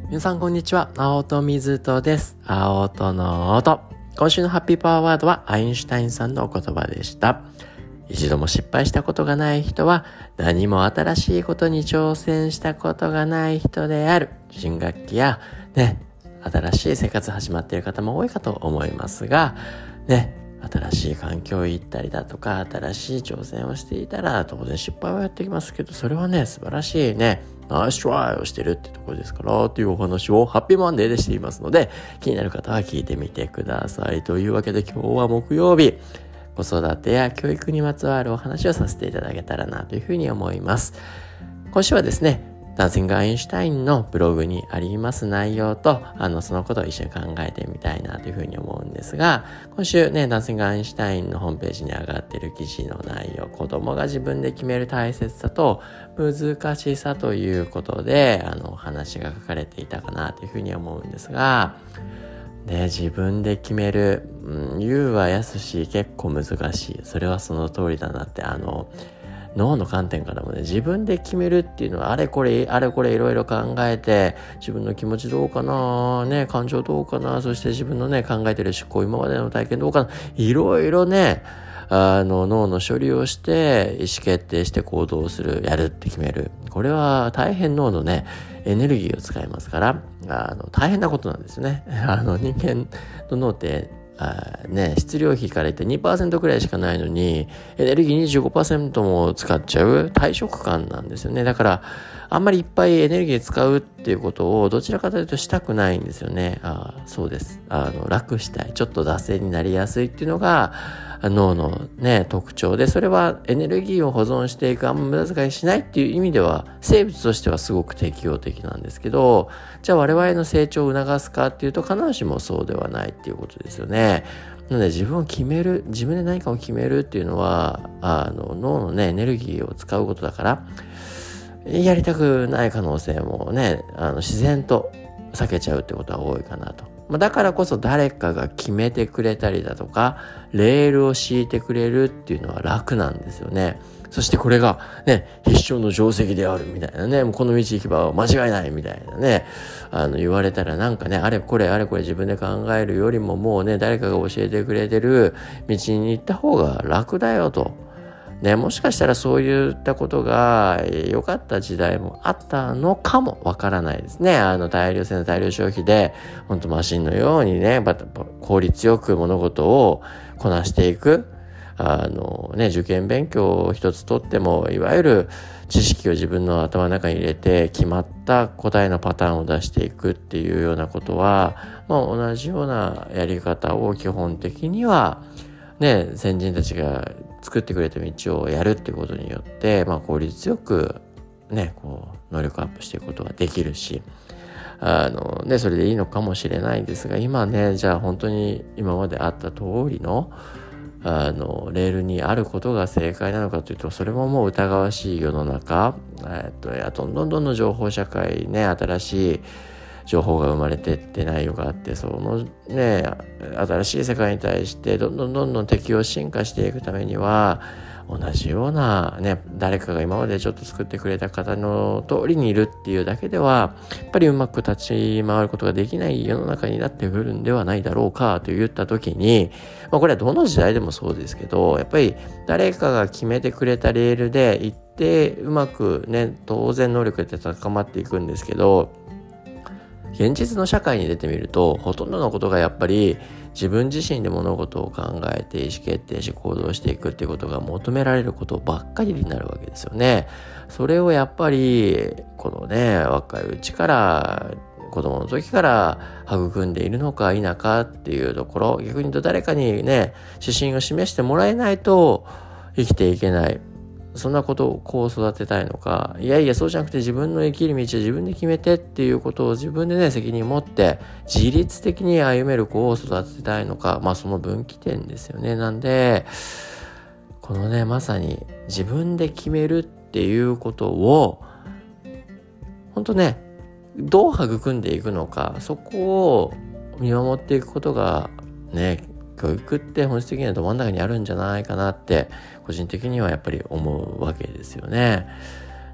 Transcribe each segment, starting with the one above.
皆さんこんにちは。青戸水戸です。青戸の音。今週のハッピーパワーワードはアインシュタインさんのお言葉でした。一度も失敗したことがない人は何も新しいことに挑戦したことがない人である。新学期や新しい生活始まっている方も多いかと思いますが新しい環境へ行ったりだとか新しい挑戦をしていたら当然失敗はやってきますけど、それは素晴らしいナイストライをしてるってところですからというお話をハッピーマンデーでしていますので、気になる方は聞いてみてください。というわけで今日は木曜日、子育てや教育にまつわるお話をさせていただけたらなというふうに思います。今週はダンシング・アインシュタインのブログにあります内容とそのことを一緒に考えてみたいなというふうに思うんですが、今週ダンシング・アインシュタインのホームページに上がっている記事の内容、子供が自分で決める大切さと難しさということで話が書かれていたかなというふうに思うんですが、自分で決める、言うはやすし結構難しい。それはその通りだなって脳の観点からも自分で決めるっていうのはあれこれいろいろ考えて、自分の気持ちどうかな、感情どうかな、そして自分の考えてる思考、今までの体験どうかな、いろいろ脳の処理をして意思決定して行動する、やるって決める。これは大変脳のエネルギーを使いますから大変なことなんですよね。人間の脳って質量比から言って 2% くらいしかないのにエネルギー 25% も使っちゃう大食漢なんですよね。だからあんまりいっぱいエネルギー使うっていうことをどちらかというとしたくないんですよね。そうです。楽したい、ちょっと惰性になりやすいっていうのが脳の特徴で、それはエネルギーを保存していく、あんま無駄遣いしないっていう意味では生物としてはすごく適応的なんですけど、じゃあ我々の成長を促すかっていうと必ずしもそうではないっていうことですよね。なので自分で何かを決めるっていうのは脳のエネルギーを使うことだから、やりたくない可能性も自然と避けちゃうってことは多いかなと。だからこそ誰かが決めてくれたりだとかレールを敷いてくれるっていうのは楽なんですよね。そしてこれが必勝の定石であるみたいなもうこの道行けば間違いないみたいな言われたらあれこれ自分で考えるよりももう誰かが教えてくれてる道に行った方が楽だよと。もしかしたらそういったことが良かった時代もあったのかもわからないですね。大量消費で本当マシンのように効率よく物事をこなしていく。受験勉強を一つとってもいわゆる知識を自分の頭の中に入れて決まった答えのパターンを出していくっていうようなことは、同じようなやり方を基本的には先人たちが作ってくれた道をやるっていうことによって、効率よく能力アップしていくことができるし、それでいいのかもしれないんですが、今じゃあ本当に今まであった通りのレールにあることが正解なのかというと、それももう疑わしい世の中、どんどん情報社会新しい情報が生まれてって内容があって、その新しい世界に対してどんどん適応進化していくためには同じような誰かが今までちょっと作ってくれた方の通りにいるっていうだけではやっぱりうまく立ち回ることができない世の中になってくるんではないだろうかと言った時に、これはどの時代でもそうですけど、やっぱり誰かが決めてくれたレールで行ってうまく当然能力って高まっていくんですけど、現実の社会に出てみるとほとんどのことがやっぱり自分自身で物事を考えて意思決定し行動していくっていうことが求められることばっかりになるわけですよね。それをやっぱりこの若いうちから子供の時から育んでいるのか否かっていうところ、逆に言うと誰かに指針を示してもらえないと生きていけない、そんなことをこう育てたいのか、いやそうじゃなくて自分の生きる道を自分で決めてっていうことを自分で責任を持って自律的に歩める子を育てたいのか、その分岐点ですよね。なんでこのまさに自分で決めるっていうことを本当どう育んでいくのか、そこを見守っていくことが教育って本質的にはど真ん中にあるんじゃないかなって個人的にはやっぱり思うわけですよね。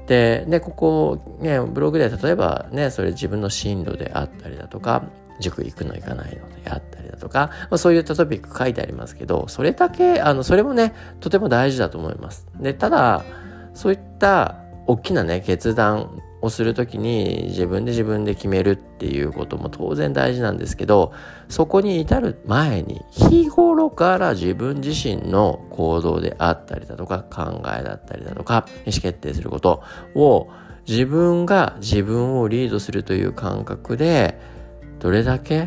で、ここね、ブログで例えばね、それ自分の進路であったりだとか、塾行くの行かないのであったりだとか、そういったトピック書いてありますけど、それだけ、それもね、とても大事だと思います。で、ただ、そういった大きなね、決断をするときに自分で決めるっていうことも当然大事なんですけど、そこに至る前に日頃から自分自身の行動であったりだとか考えだったりだとか意思決定することを自分が自分をリードするという感覚でどれだけ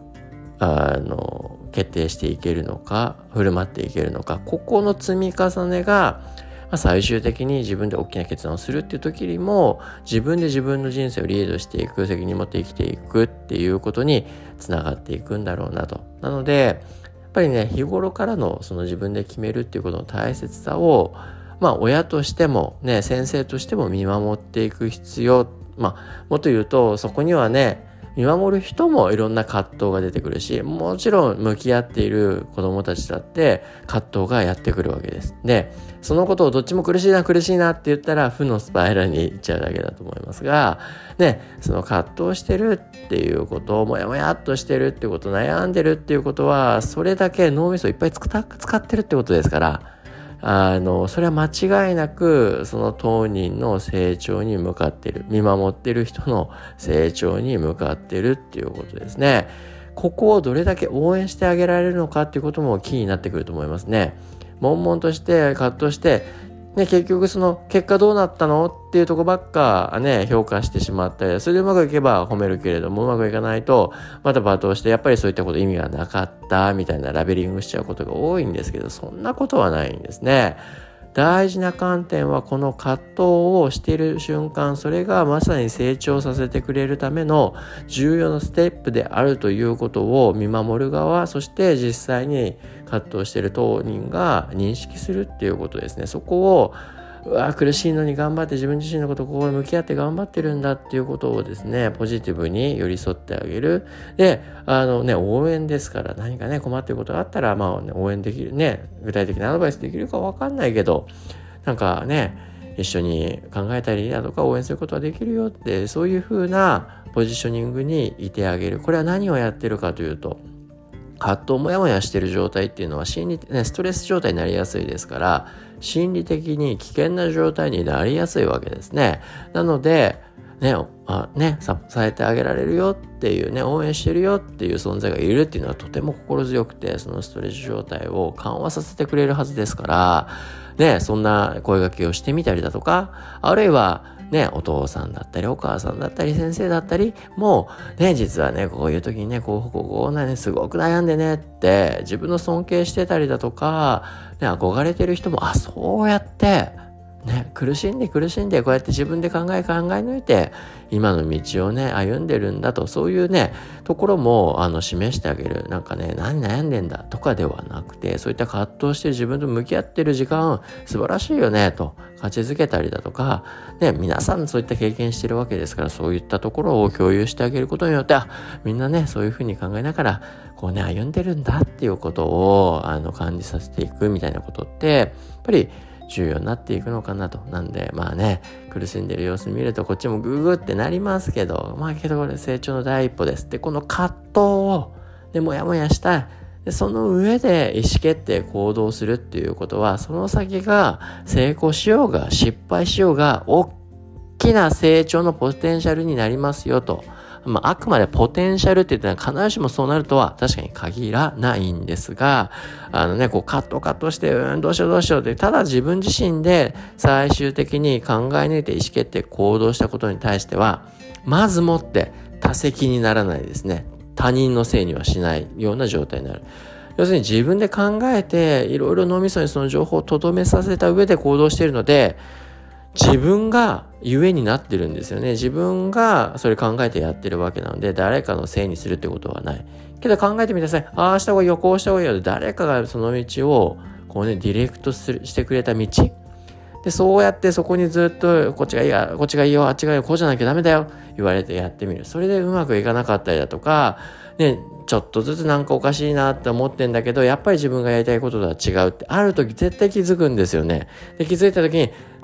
決定していけるのか、振る舞っていけるのか、ここの積み重ねが最終的に自分で大きな決断をするっていう時にも自分で自分の人生をリードしていく、責任を持って生きていくっていうことにつながっていくんだろうなと。なのでやっぱりね、日頃からのその自分で決めるっていうことの大切さを親としてもね、先生としても見守っていく必要、もっと言うとそこにはね、見守る人もいろんな葛藤が出てくるし、もちろん向き合っている子供たちだって葛藤がやってくるわけです。で、そのことをどっちも苦しいなって言ったら負のスパイラルに行っちゃうだけだと思いますが、ね、その葛藤してるっていうことを、もやもやっとしてるってこと、悩んでるっていうことは、それだけ脳みそいっぱい使ってるってことですから、それは間違いなくその当人の成長に向かっている、見守っている人の成長に向かっているっていうことですね。ここをどれだけ応援してあげられるのかっていうこともキーになってくると思いますね。悶々として葛藤してね、結局その結果どうなったのっていうとこばっかね、評価してしまったり、それでうまくいけば褒めるけれども、うまくいかないとまた罵倒して、やっぱりそういったこと意味がなかったみたいなラベリングしちゃうことが多いんですけど、そんなことはないんですね。大事な観点はこの葛藤をしている瞬間、それがまさに成長させてくれるための重要なステップであるということを見守る側、そして実際に葛藤している当人が認識するっていうことですね。そこを苦しいのに頑張って、自分自身のことをここに向き合って頑張ってるんだっていうことをですね、ポジティブに寄り添ってあげる。で、応援ですから、何かね、困っていることがあったら、応援できるね、具体的なアドバイスできるか分かんないけど、なんかね、一緒に考えたりだとか応援することはできるよって、そういう風なポジショニングにいてあげる。これは何をやってるかというと、葛藤もやもやしている状態っていうのはストレス状態になりやすいですから、心理的に危険な状態になりやすいわけですね。なので支えてあげられるよっていうね、応援してるよっていう存在がいるっていうのはとても心強くて、そのストレス状態を緩和させてくれるはずですからね、そんな声掛けをしてみたりだとか、あるいはね、お父さんだったりお母さんだったり先生だったりもね、実はね、こういう時にね、こうね、すごく悩んでねって自分の尊敬してたりだとか、ね、憧れてる人も、そうやってね、苦しんでこうやって自分で考え抜いて今の道をね歩んでるんだと、そういうねところも示してあげる。なんかね、何悩んでんだとかではなくて、そういった葛藤してる自分と向き合ってる時間素晴らしいよねと価値づけたりだとかね、皆さんそういった経験してるわけですから、そういったところを共有してあげることによって、みんなねそういうふうに考えながらこうね歩んでるんだっていうことを感じさせていくみたいなことってやっぱり重要になっていくのかなと。なんで苦しんでる様子見るとこっちもグーグーってなりますけど、けどこれ成長の第一歩です。で、この葛藤をもやもやしたい。で、その上で意思決定行動するっていうことは、その先が成功しようが失敗しようが大きな成長のポテンシャルになりますよと。あくまでポテンシャルって言ったら必ずしもそうなるとは確かに限らないんですが、カットしてどうしようってただ自分自身で最終的に考え抜いて意思決定行動したことに対してはまずもって他責にならないですね。他人のせいにはしないような状態になる。要するに自分で考えていろいろ脳みそにその情報を留めさせた上で行動しているので、自分がゆえになってるんですよね。自分がそれ考えてやってるわけなので、誰かのせいにするってことはない。けど考えてみてください。ああした方がいいよ、こうした方がいいよ。誰かがその道をディレクトしてくれた道。で、そうやってそこにずっとこっちがいいよ、こっちがいいよ、あっちがいいよ、こうじゃなきゃダメだよ言われてやってみる。それでうまくいかなかったりだとか、ね、ちょっとずつなんかおかしいなって思ってんだけど、やっぱり自分がやりたいこととは違うってある時絶対気づくんですよね。で、気づいた時に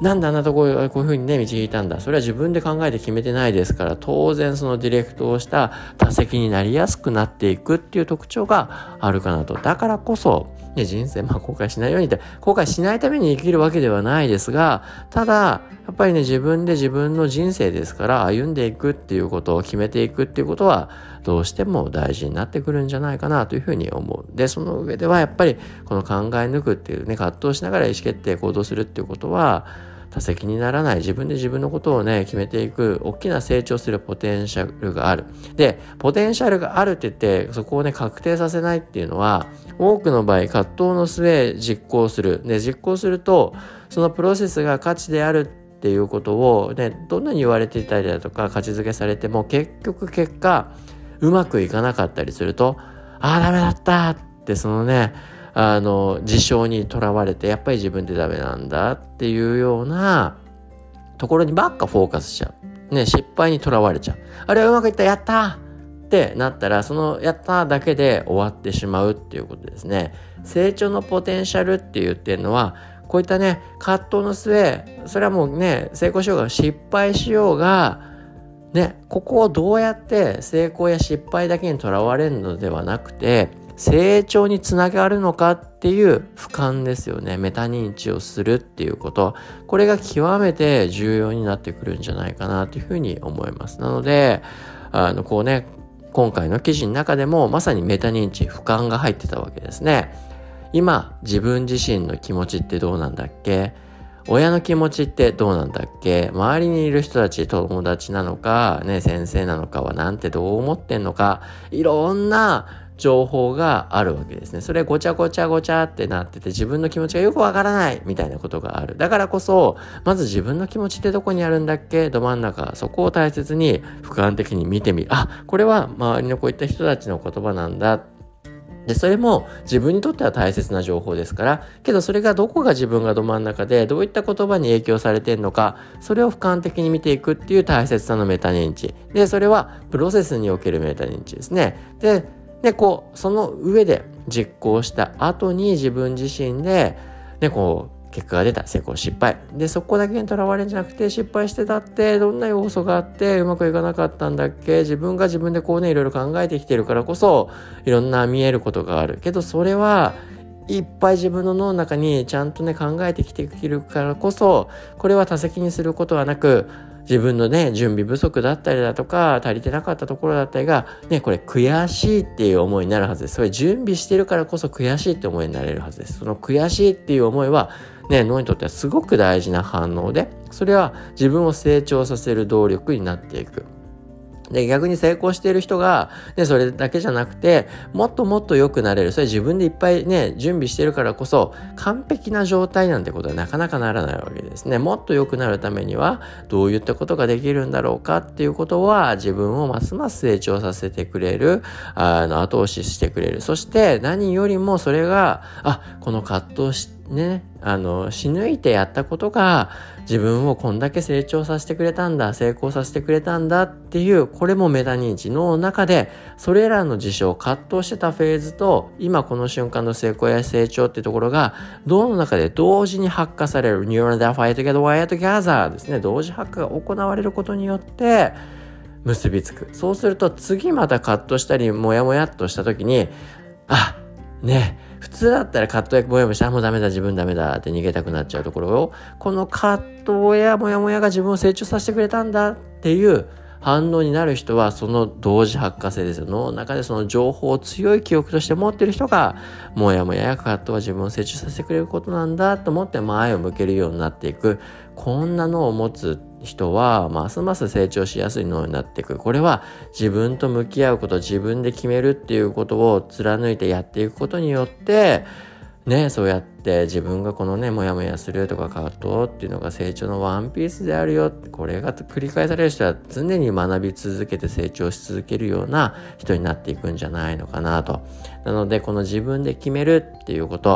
なんであんなとここういうふうにね導いたんだ、それは自分で考えて決めてないですから、当然そのディレクトをした多責になりやすくなっていくっていう特徴があるかなと。だからこそ、ね、人生後悔しないようにって後悔しないために生きるわけではないですが、ただやっぱりね自分で自分の人生ですから歩んでいくっていうことを決めていくっていうことはどうしても大事になってくるんじゃないかなというふうに思う。でその上ではやっぱりこの考え抜くっていうね、葛藤しながら意思決定行動するっていうことは多責にならない、自分で自分のことをね決めていく大きな成長するポテンシャルがある。でポテンシャルがあるって言ってそこをね確定させないっていうのは、多くの場合葛藤の末実行する。で実行するとそのプロセスが価値であるっていうことをね、どんなに言われていたりだとか価値づけされても結果うまくいかなかったりすると、ダメだったってそのね事象にとらわれてやっぱり自分でダメなんだっていうようなところにばっかフォーカスしちゃう。ね、失敗にとらわれちゃう。あれはうまくいった、やったってなったら、そのやっただけで終わってしまうっていうことですね。成長のポテンシャルって言ってるのは、こういったね、葛藤の末、それはもうね、成功しようが失敗しようが、ね、ここをどうやって成功や失敗だけにとらわれるのではなくて、成長につながるのかっていう俯瞰ですよね。メタ認知をするっていうこと。これが極めて重要になってくるんじゃないかなというふうに思います。なので、こうね、今回の記事の中でもまさにメタ認知、俯瞰が入ってたわけですね。今、自分自身の気持ちってどうなんだっけ？親の気持ちってどうなんだっけ？周りにいる人たち、友達なのか、ね、先生なのかはなんてどう思ってんのか、いろんな情報があるわけですね。それごちゃごちゃってなってて自分の気持ちがよくわからないみたいなことがある。だからこそまず自分の気持ちってどこにあるんだっけ？ど真ん中。そこを大切に俯瞰的に見てみる。これは周りのこういった人たちの言葉なんだ。でそれも自分にとっては大切な情報ですから、けどそれがどこが自分がど真ん中でどういった言葉に影響されているのか、それを俯瞰的に見ていくっていう大切さのメタ認知で、それはプロセスにおけるメタ認知ですね。でその上で実行した後に自分自身で結果が出た、成功失敗で、そこだけにとらわれるんじゃなくて、失敗してたってどんな要素があってうまくいかなかったんだっけ、自分が自分でいろいろ考えてきてるからこそいろんな見えることがあるけど、それはいっぱい自分の脳の中にちゃんとね考えてきているからこそ、これは多責にすることはなく、自分のね準備不足だったりだとか足りてなかったところだったりがこれ悔しいっていう思いになるはずです。それ準備してるからこそ悔しいって思いになれるはずです。その悔しいっていう思いは脳にとってはすごく大事な反応で、それは自分を成長させる動力になっていく。で逆に成功している人が、それだけじゃなくてもっともっと良くなれる、それ自分でいっぱい準備してるからこそ完璧な状態なんてことはなかなかならないわけですね。もっと良くなるためにはどういったことができるんだろうかっていうことは、自分をますます成長させてくれる、後押ししてくれる。そして何よりもそれがこの葛藤し抜いてやったことが自分をこんだけ成長させてくれたんだ、成功させてくれたんだっていう、これもメタ認知の中で、それらの事象、葛藤してたフェーズと今この瞬間の成功や成長っていうところが脳の中で同時に発火される、 Neuron that fire together wire together ですね。同時発火が行われることによって結びつく。そうすると次また葛藤したりモヤモヤっとした時に普通だったら葛藤やモヤモヤしたらもうダメだ、自分ダメだって逃げたくなっちゃうところを、この葛藤やモヤモヤが自分を成長させてくれたんだっていう反応になる人は、その同時発火性ですよ。脳の中でその情報を強い記憶として持っている人が、モヤモヤや葛藤は自分を成長させてくれることなんだと思って前を向けるようになっていく。こんな脳を持つ人はますます成長しやすい脳になっていく。これは自分と向き合うこと、自分で決めるっていうことを貫いてやっていくことによってそうやって自分がこのモヤモヤするとか葛藤っていうのが成長のワンピースであるよ、これが繰り返される人は常に学び続けて成長し続けるような人になっていくんじゃないのかなと。なのでこの自分で決めるっていうこと、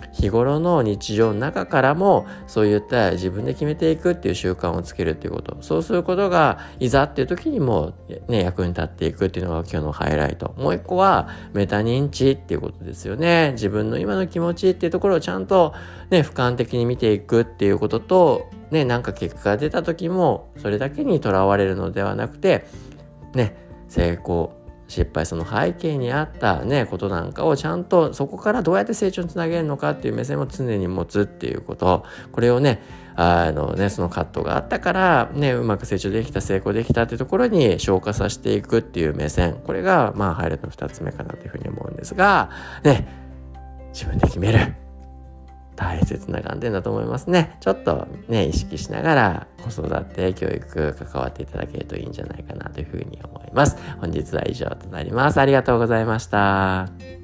日頃の日常の中からもそういった自分で決めていくっていう習慣をつけるっていうこと、そうすることがいざっていう時にもね役に立っていくっていうのが今日のハイライト。もう一個はメタ認知っていうことですよね。自分の今の気持ちっていうところをちゃんとね俯瞰的に見ていくっていうこととね、なんか結果が出た時もそれだけにとらわれるのではなくてね、成功失敗その背景にあったねことなんかをちゃんとそこからどうやって成長につなげるのかっていう目線を常に持つっていうこと、これをねその葛藤があったからねうまく成長できた成功できたっていうところに消化させていくっていう目線、これがハイライトの2つ目かなというふうに思うんですがね、自分で決める大切な観点だと思いますね。ちょっとね意識しながら子育て教育関わっていただけるといいんじゃないかなというふうに思います。本日は以上となります。ありがとうございました。